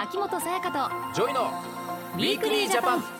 秋元才加とジョイのウィークリージャパン。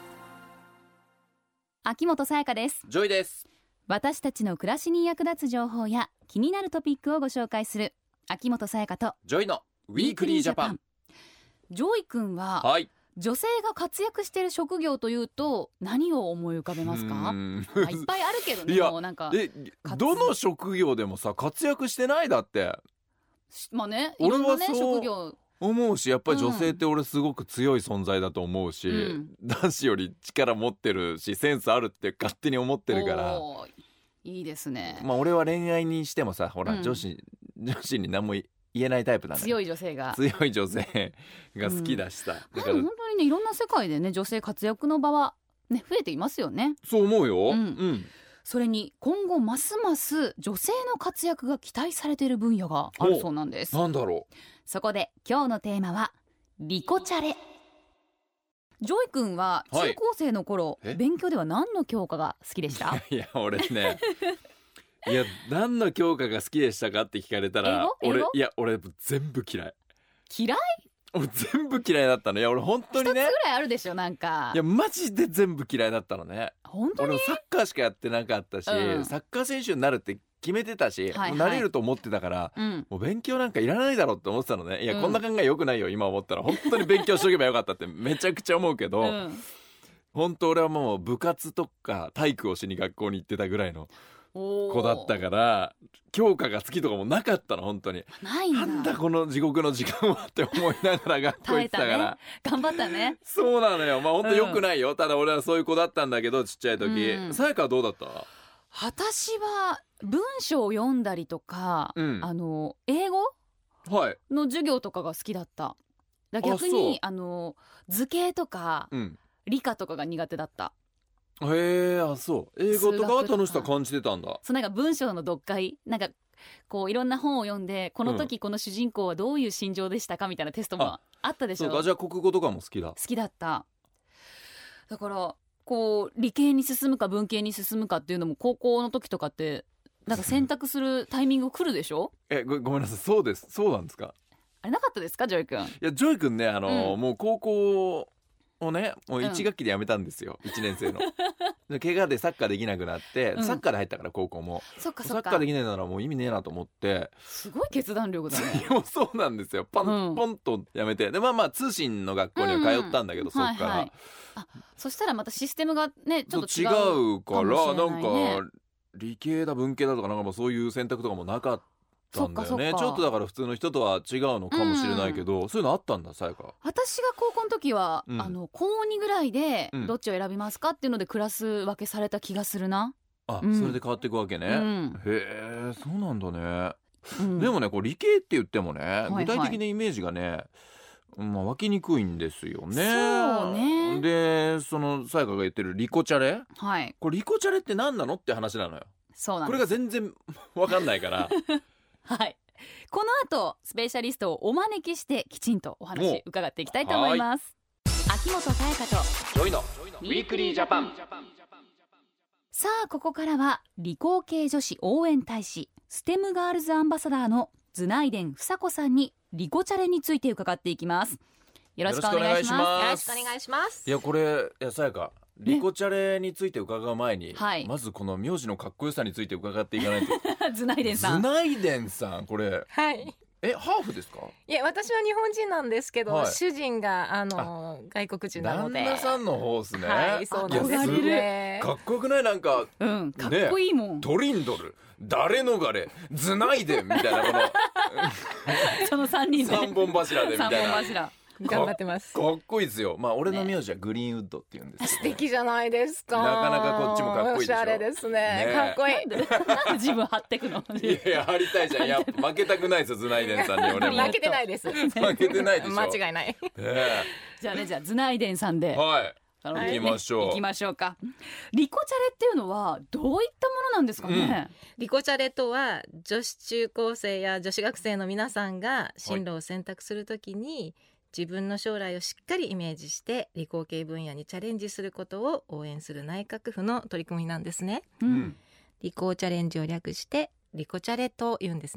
秋元才加です。 ジョイです。 私たちの暮らしに役立つ情報や気になるトピックをご紹介する秋元才加とジョイのウィークリージャパン。 ジョイ君は、 はい、 女性が活躍している職業というと何を思い浮かべますか？いっぱいあるけどね。 いや、 もうなんかどの職業でもさ活躍してないだって。 まあね、いろんなね職業思うし、やっぱり女性って俺すごく強い存在だと思うし、男子より力持ってるしセンスあるって勝手に思ってるから。 いいですね。 まあ俺は恋愛にしてもさ、ほら、女子に何も言えないタイプなんだ。 強い女性が好きだしさ、 でも本当にね、いろんな世界でね女性活躍の場はね増えていますよね。 そう思うよ、 それに今後ますます女性の活躍が期待されている分野があるそうなんです。 なんだろう。 そこで今日のテーマはリコチャレ。ジョイ君は中高生の頃、勉強では何の教科が好きでした？ いや俺ねいや何の教科が好きでしたかって聞かれたら、俺全部嫌い。俺全部嫌いだったの。いや俺本当にね、 一つぐらいあるでしょなんか。 いやマジで全部嫌いだったのね。 本当に？ 俺サッカーしかやってなかったし、サッカー選手になるって決めてたし、なれると思ってたから、もう勉強なんかいらないだろうって思ってたのね。いや、こんな考え良くないよ今思ったら。本当に勉強しとけばよかったってめちゃくちゃ思うけど、本当俺はもう部活とか体育をしに学校に行ってたぐらいの子だったから、教科が好きとかもなかったの。本当になんだこの地獄の時間はって思いながら学校行ってたから、 頑張ったね。 そうなのよ。まあ本当良くないよ、ただ俺はそういう子だったんだけど、ちっちゃい時。さやかはどうだった？ 私は文章を読んだりとか、英語の授業とかが好きだった。逆に図形とか、理科とかが苦手だった。 へえ、あ、そう。英語とかは楽しさ感じてたんだ。 そう、なんか文章の読解、なんかこういろんな本を読んで、この時この主人公はどういう心情でしたかみたいなテストもあったでしょ。 そうか、じゃあ国語とかも好きだった。 だからこう理系に進むか文系に進むかっていうのも高校の時とかってなんか選択するタイミング来るでしょ。 ごめんなさい。そうなんですか。 あれなかったですか、ジョイ君？いや、ジョイ君ね、もう高校をね、もう1学期で辞めたんですよ、1年生の怪我でサッカーできなくなって、サッカーで入ったから高校も。サッカーできないならもう意味ねえなと思って。 すごい決断力だね。 もうそうなんですよ。ポンと辞めて、でまあ通信の学校には通ったんだけど、そっから、 そしたらまたシステムがねちょっと違うからなんか理系だ文系だとかなんかもうそういう選択とかもなかったんだよね。ちょっとだから普通の人とは違うのかもしれないけど、そういうのあったんだ、さやか。 私が高校の時は、高2ぐらいでどっちを選びますかっていうのでクラス分けされた気がするな。 それで変わっていくわけね。へえ、そうなんだね。でもね、こう理系って言ってもね、具体的なイメージがね、湧きにくいんですよね。 そうね。 で、そのさやかが言ってるリコチャレ、これリコチャレって何なのって話なのよ。 そうなんです。 これが全然分かんないからこの後スペシャリストをお招きしてきちんとお話伺っていきたいと思います。秋元才加とジョイのウィークリージャパン。 さあ、ここからは理工系女子応援大使、ステムガールズアンバサダーのズナイデン房子さんにリコチャレについて伺っていきます。よろしくお願いします。 よろしくお願いします。 いや、これさやか、リコチャレについて伺う前に、まずこの名字のかっこよさについて伺っていかないとズナイデンさん、 これハーフですか？ いや、私は日本人なんですけど、主人が外国人なので。 旦那さんの方ですね。 そうなんですね。 かっこよくない？なんか、 かっこいいもん。 トリンドル、誰逃れ、ズナイデンみたいな、このその3人で 3本柱でみたいな。 3本柱頑張ってます。 かっこいいですよ。まあ俺の名字はグリーンウッドって言うんですけど、 素敵じゃないですか。 なかなかこっちもかっこいいでしょ。 おしゃれですね。かっこいい。 なんで自分張ってくの？ いや、張りたいじゃん。いや、負けたくないですよ、ズナイデンさんに。俺も負けてないです。 負けてないでしょ。 間違いない。 じゃあズナイデンさんで行きましょう。 行きましょうか。リコチャレっていうのはどういったものなんですかね？ リコチャレとは、女子中高生や女子学生の皆さんが進路を選択するときに、自分の将来をしっかりイメージして理工系分野にチャレンジすることを応援する内閣府の取り組みなんですね。リコチャレンジを略してリコチャレと言うんですね。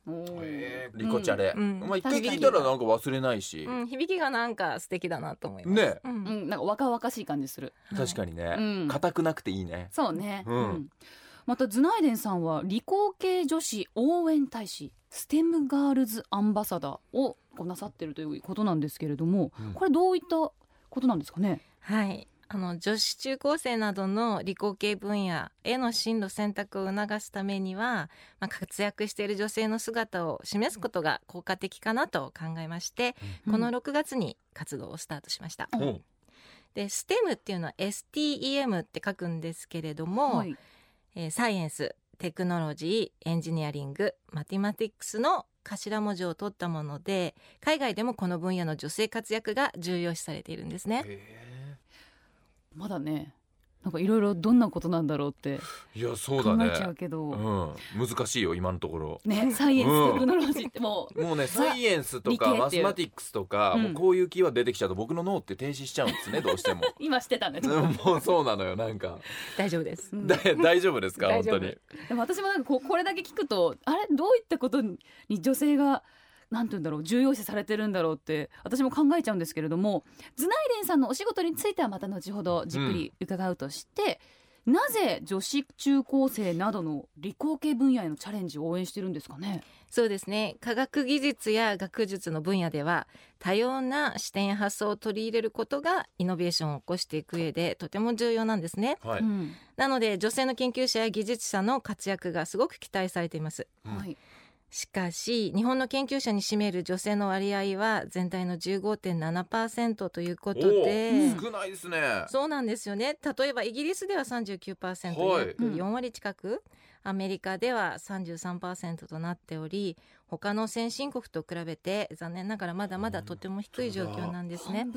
リコチャレ、一回聞いたらなんか忘れないし、 響きがなんか素敵だなと思いますね、 なんか若々しい感じする。 確かにね、硬くなくていいね。 そうね、またズナイデンさんは理工系女子応援大使、ステムガールズアンバサダーをなさってるということなんですけれども、これどういったことなんですかね。 はい、女子中高生などの理工系分野への進路選択を促すためには、活躍している女性の姿を示すことが効果的かなと考えまして、この6月に活動をスタートしました。で STEM っていうのは STEM って書くんですけれども、サイエンス、テクノロジー、エンジニアリング、マティマティックスの頭文字を取ったもので、海外でもこの分野の女性活躍が重要視されているんですね。 まだね、なんかいろいろどんなことなんだろうって考えちゃうけど、 難しいよ今のところね。サイエンス、テクノロジーってもうね、サイエンスとかマスマティックスとか、もうこういうキーワード出てきちゃうと僕の脳って停止しちゃうんですね、どうしても今してたねもうそうなのよ、なんか大丈夫です、 大丈夫ですか本当に。 でも私もなんかこれだけ聞くと、あれどういったことに女性がなんて言うんだろう、重要視されてるんだろうって私も考えちゃうんですけれども、ズナイデンさんのお仕事についてはまた後ほどじっくり伺うとして、なぜ女子中高生などの理工系分野へのチャレンジを応援してるんですかね。 そうですね、科学技術や学術の分野では多様な視点や発想を取り入れることがイノベーションを起こしていく上でとても重要なんですね、なので女性の研究者や技術者の活躍がすごく期待されています、しかし日本の研究者に占める女性の割合は全体の 15.7% ということで、 少ないですね。 そうなんですよね。例えばイギリスでは 39%、約4割近く、アメリカでは 33% となっており、他の先進国と比べて残念ながらまだまだとても低い状況なんですね。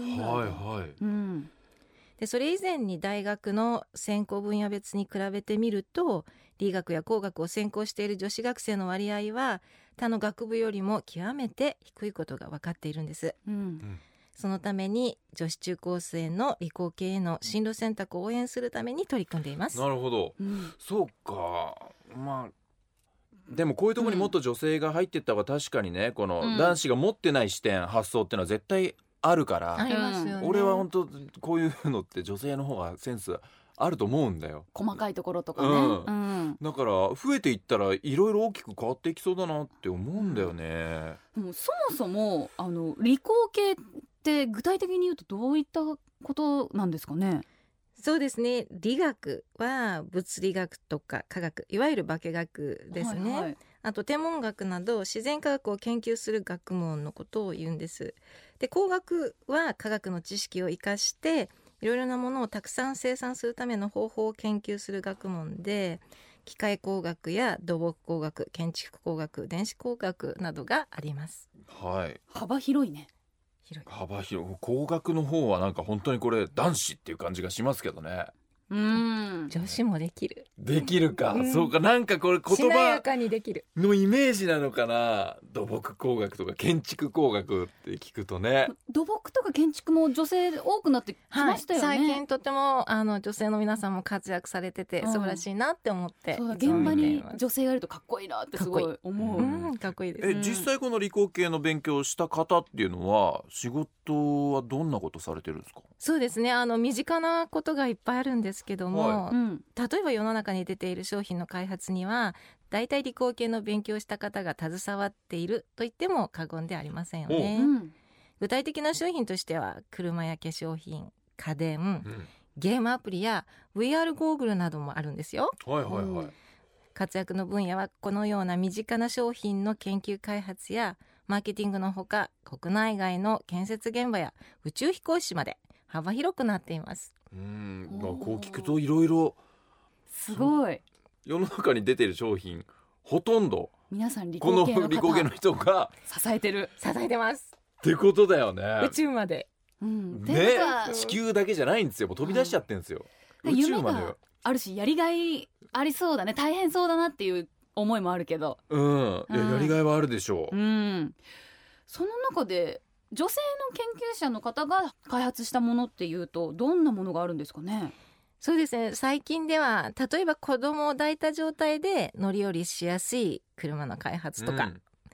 でそれ以前に大学の専攻分野別に比べてみると、理学や工学を専攻している女子学生の割合は他の学部よりも極めて低いことが分かっているんです、そのために女子中高生の理工系への進路選択を応援するために取り組んでいます。 なるほど、そうか。でもこういうところにもっと女性が入っていった方が確かにね、この男子が持ってない視点、発想っていうのは絶対あるから、 ありますよね。 俺は本当こういうのって女性の方がセンスあると思うんだよ、 細かいところとかね、 だから増えていったらいろいろ大きく変わっていきそうだなって思うんだよね、 もうそもそも理工系って具体的に言うとどういったことなんですかね。 そうですね、理学は物理学とか科学、いわゆる化学ですね、あと天文学など自然科学を研究する学問のことを言うんです。で工学は科学の知識を生かしていろいろなものをたくさん生産するための方法を研究する学問で、機械工学や土木工学、建築工学、電子工学などがあります。 幅広いね。 幅広い。工学の方はなんか本当にこれ男子っていう感じがしますけどね。 女子もできるか、そうか。なんかこれ言葉しなやかにできるのイメージなのかな。土木工学とか建築工学って聞くとね、 土木とか建築も女性多くなってきましたよね、 最近とても女性の皆さんも活躍されてて素晴らしいなって思って、 そうだ、現場に女性がいるとかっこいいなってすごい思う。 かっこいいです、 実際この理工系の勉強をした方っていうのは仕事はどんなことされてるんですか。 そうですね、身近なことがいっぱいあるんですけども、例えば世の中に出ている商品の開発には大体理工系の勉強をした方が携わっていると言っても過言ではありませんよね。具体的な商品としては車や化粧品、家電、ゲームアプリや VR ゴーグルなどもあるんですよ。活躍の分野はこのような身近な商品の研究開発やマーケティングのほか、国内外の建設現場や宇宙飛行士まで幅広くなっています。 こう聞くといろいろすごい。 世の中に出ている商品ほとんど皆さん理この理工系の人が支えてますってことだよね。 宇宙まで、 地球だけじゃないんですよ。もう飛び出しちゃってるんですよ、宇宙までよ。 あるしやりがいありそうだね。大変そうだなっていう思いもあるけど、 やりがいはあるでしょう。 その中で女性の研究者の方が開発したものっていうとどんなものがあるんですかね。 そうですね、最近では例えば子供を抱いた状態で乗り降りしやすい車の開発とか、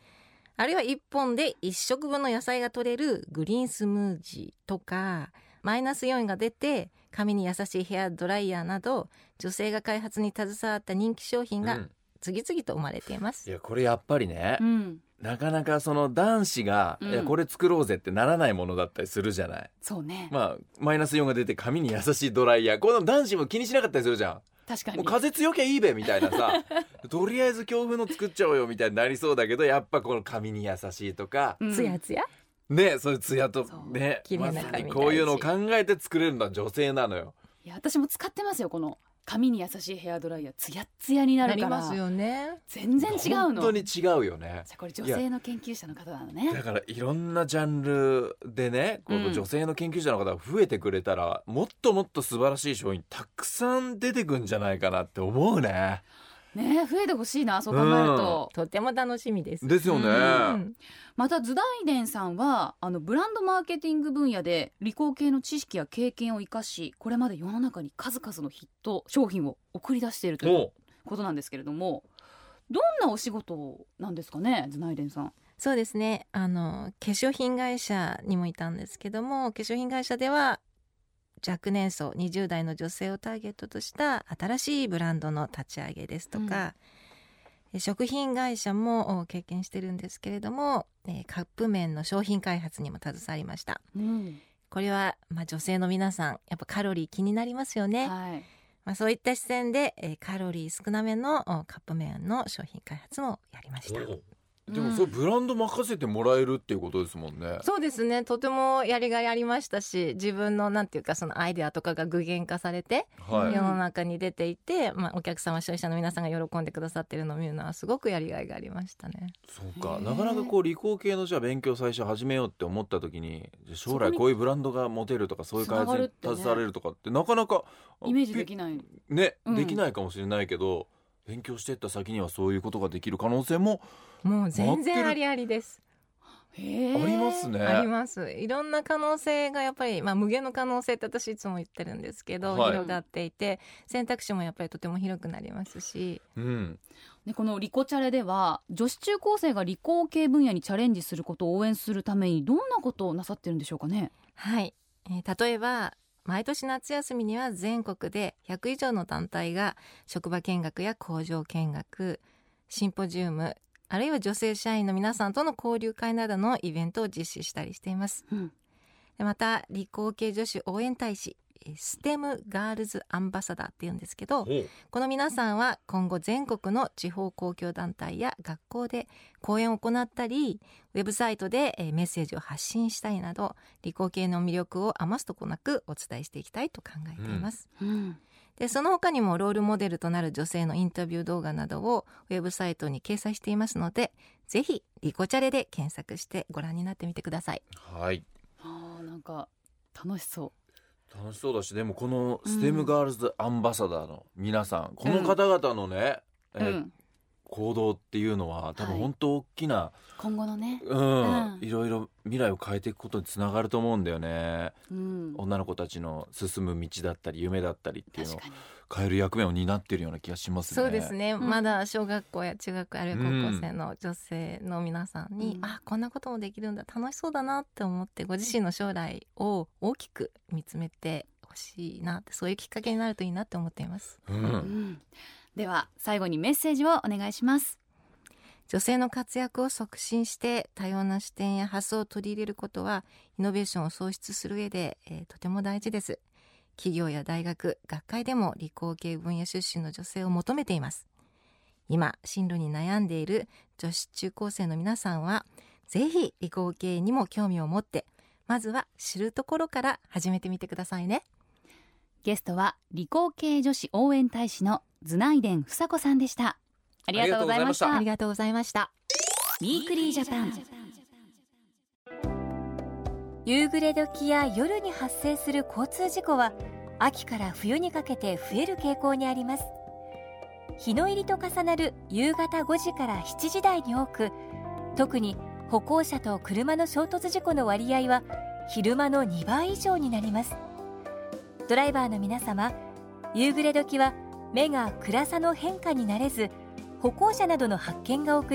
あるいは1本で1食分の野菜が取れるグリーンスムージーとか、マイナスイオンが出て髪に優しいヘアドライヤーなど、女性が開発に携わった人気商品が次々と生まれています。 いやこれやっぱりね、なかなかその男子が、いやこれ作ろうぜってならないものだったりするじゃない。 そうね。 マイナスイオンが出て髪に優しいドライヤー、この男子も気にしなかったりするじゃん。 確かに。 もう風強きゃいいべみたいなさとりあえず強風の作っちゃおうよみたいになりそうだけど、やっぱこの髪に優しいとか、 ツヤツヤね、そういうツヤとね、 綺麗な髪こういうのを考えて作れるのは女性なのよ。 いや私も使ってますよ。この髪に優しいヘアドライヤー、ツヤツヤになるからなりますよね。 全然違うの。 本当に違うよね。 じゃあこれ女性の研究者の方なのね。 だからいろんなジャンルでね、この女性の研究者の方が増えてくれたら、もっともっと素晴らしい商品たくさん出てくんじゃないかなって思うね。 ね、増えてほしいな、そう考えると、 とても楽しみですよね。 またズダイデンさんはブランドマーケティング分野で理工系の知識や経験を生かし、これまで世の中に数々のヒット商品を送り出しているということなんですけれども、どんなお仕事なんですかね、ズダイデンさん。 そうですね、化粧品会社にもいたんですけども、化粧品会社では若年層20代の女性をターゲットとした新しいブランドの立ち上げですとか、食品会社も経験してるんですけれども、カップ麺の商品開発にも携わりました。これは、女性の皆さんやっぱカロリー気になりますよね。そういった視点で、カロリー少なめのカップ麺の商品開発もやりました。 でもそれブランド任せてもらえるっていうことですもんね。 そうですね、とてもやりがいありましたし、自分のなんていうかそのアイデアとかが具現化されて、世の中に出ていて、お客様消費者の皆さんが喜んでくださってるのを見るのはすごくやりがいがありましたね。 そうか、なかなかこう理工系のじゃあ勉強最初始めようって思った時に、将来こういうブランドが持てるとかそういう開発に携われるとかってなかなかイメージできないね、できないかもしれないけど、勉強していった先にはそういうことができる可能性ももう全然ありありです。 ありますね。 あります。いろんな可能性がやっぱり、無限の可能性って私いつも言ってるんですけど、広がっていて選択肢もやっぱりとても広くなりますし、 でこのリコチャレでは女子中高生が理工系分野にチャレンジすることを応援するためにどんなことをなさってるんでしょうかね。 はい、例えば毎年夏休みには全国で100以上の団体が職場見学や工場見学、シンポジウム、あるいは女性社員の皆さんとの交流会などのイベントを実施したりしています。でまた理工系女子応援大使、ステムガールズアンバサダーっていうんですけど、この皆さんは今後全国の地方公共団体や学校で講演を行ったり、ウェブサイトでメッセージを発信したりなど、理工系の魅力を余すとこなくお伝えしていきたいと考えています。でその他にもロールモデルとなる女性のインタビュー動画などをウェブサイトに掲載していますので、ぜひリコチャレで検索してご覧になってみてください。 なんか楽しそうだし、でもこのステムガールズアンバサダーの皆さん、この方々のね、行動っていうのは多分本当大きな、 今後のね、 いろいろ未来を変えていくことにつながると思うんだよね。女の子たちの進む道だったり夢だったりっていうのを変える役目を担っているような気がしますね。 そうですね、まだ小学校や中学校あるいは高校生の女性の皆さんに、こんなこともできるんだ、楽しそうだなって思ってご自身の将来を大きく見つめてほしいなって、そういうきっかけになるといいなって思っています。 では最後にメッセージをお願いします。 女性の活躍を促進して多様な視点や発想を取り入れることはイノベーションを創出する上で、とても大事です。企業や大学、学会でも理工系分野出身の女性を求めています。今進路に悩んでいる女子中高生の皆さんはぜひ理工系にも興味を持って、まずは知るところから始めてみてくださいね。 ゲストは理工系女子応援大使のズナイデン房子さんでした。ありがとうございました。 ありがとうございました。 ウィークリージャパン。 夕暮れ時や夜に発生する交通事故は秋から冬にかけて増える傾向にあります。日の入りと重なる夕方5時から7時台に多く、特に歩行者と車の衝突事故の割合は昼間の2倍以上になります。ドライバーの皆様、夕暮れ時は目が暗さの変化に慣れず、歩行者などの発見が遅れ、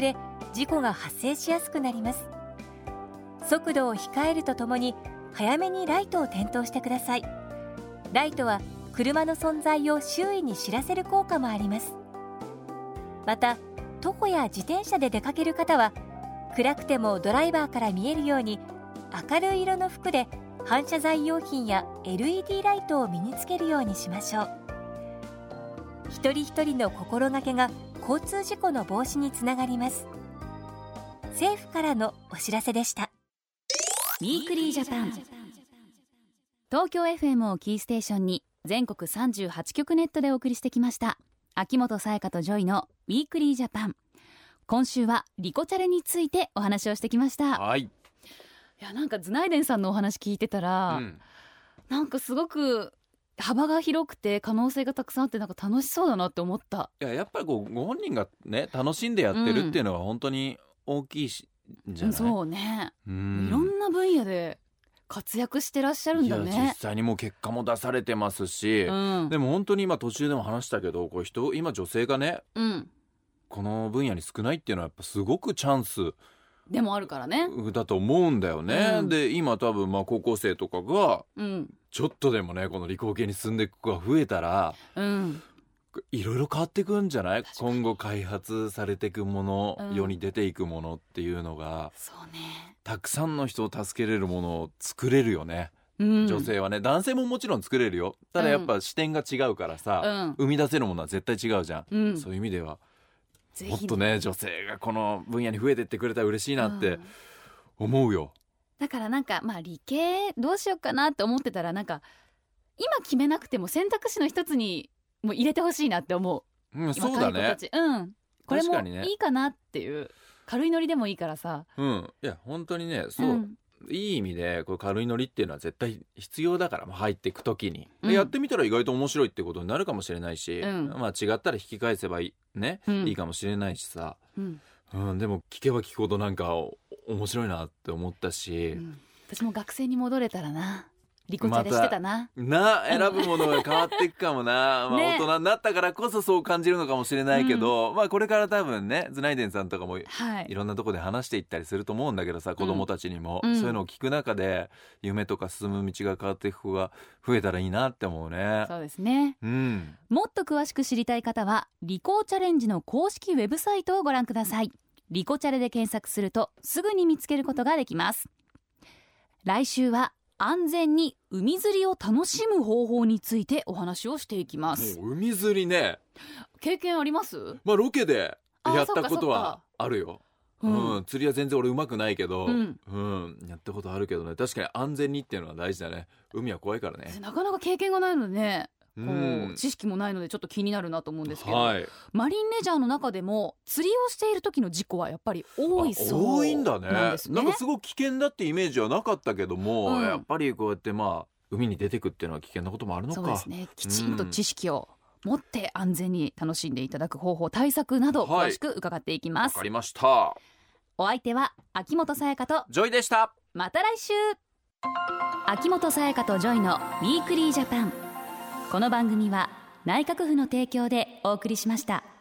事故が発生しやすくなります。速度を控えるとともに早めにライトを点灯してください。ライトは車の存在を周囲に知らせる効果もあります。また徒歩や自転車で出かける方は暗くてもドライバーから見えるように明るい色の服で反射材用品や LED ライトを身につけるようにしましょう。一人一人の心がけが交通事故の防止につながります。政府からのお知らせでした。 ウィークリージャパン、東京 FM をキーステーションに全国38局ネットでお送りしてきました秋元才加とジョイのウィークリージャパン。今週はリコチャレについてお話をしてきました。 はい。 いや、なんかズナイデンさんのお話聞いてたら、なんかすごく幅が広くて可能性がたくさんあって、なんか楽しそうだなって思った。 いや、やっぱりご本人がね楽しんでやってるっていうのは本当に大きいし、じゃない？ そうね、いろんな分野で活躍してらっしゃるんだね。 いや実際にもう結果も出されてますし、でも本当に今途中でも話したけど、こう今女性がね、この分野に少ないっていうのはやっぱすごくチャンスでもあるからねだと思うんだよね、で今多分高校生とかがちょっとでもねこの理工系に進んでいく子が増えたら、いろいろ変わっていくんじゃない？今後開発されていくもの、世に出ていくものっていうのが、 そうね、 たくさんの人を助けれるものを作れるよね、女性はね。男性ももちろん作れるよ。ただやっぱ視点が違うからさ、生み出せるものは絶対違うじゃん、そういう意味ではもっとね女性がこの分野に増えてってくれたら嬉しいなって思うよ。 だからなんか理系どうしようかなって思ってたら、なんか今決めなくても選択肢の一つにもう入れてほしいなって思う、 そうだね、 これもいいかなっていう、軽いノリでもいいからさ、 いや本当にね、そう、いい意味でこれ軽いノリっていうのは絶対必要だから、入っていく時に、やってみたら意外と面白いってことになるかもしれないし、違ったら引き返せばいいかもしれないしさ、でも聞けば聞くほどなんか面白いなって思ったし、 私も学生に戻れたらな、リコチャレしてたな、 選ぶものが変わっていくかもな大人になったからこそそう感じるのかもしれないけど、これから多分ねズナイデンさんとかもいろんなとこで話していったりすると思うんだけどさ、子供たちにも、そういうのを聞く中で夢とか進む道が変わっていく子が増えたらいいなって思うね。 そうですね、もっと詳しく知りたい方はリコチャレンジの公式ウェブサイトをご覧ください。リコチャレで検索するとすぐに見つけることができます。来週は安全に海釣りを楽しむ方法についてお話をしていきます。 海釣りね、 経験あります？ ロケでやったことはあるよ。釣りは全然俺うまくないけど、やったことあるけどね、確かに安全にっていうのは大事だね。海は怖いからね。 なかなか経験がないのでね、知識もないのでちょっと気になるなと思うんですけど、マリンレジャーの中でも釣りをしている時の事故はやっぱり多いそうなんですね。 多いんだね。なんかすごく危険だってイメージはなかったけども、やっぱりこうやって海に出てくっていうのは危険なこともあるのか。 そうですね、きちんと知識を持って安全に楽しんでいただく方法、対策など詳しく伺っていきます。 わかりました。 お相手は秋元才加とジョイでした。 また来週。秋元才加とジョイのウィークリージャパン。この番組は内閣府の提供でお送りしました。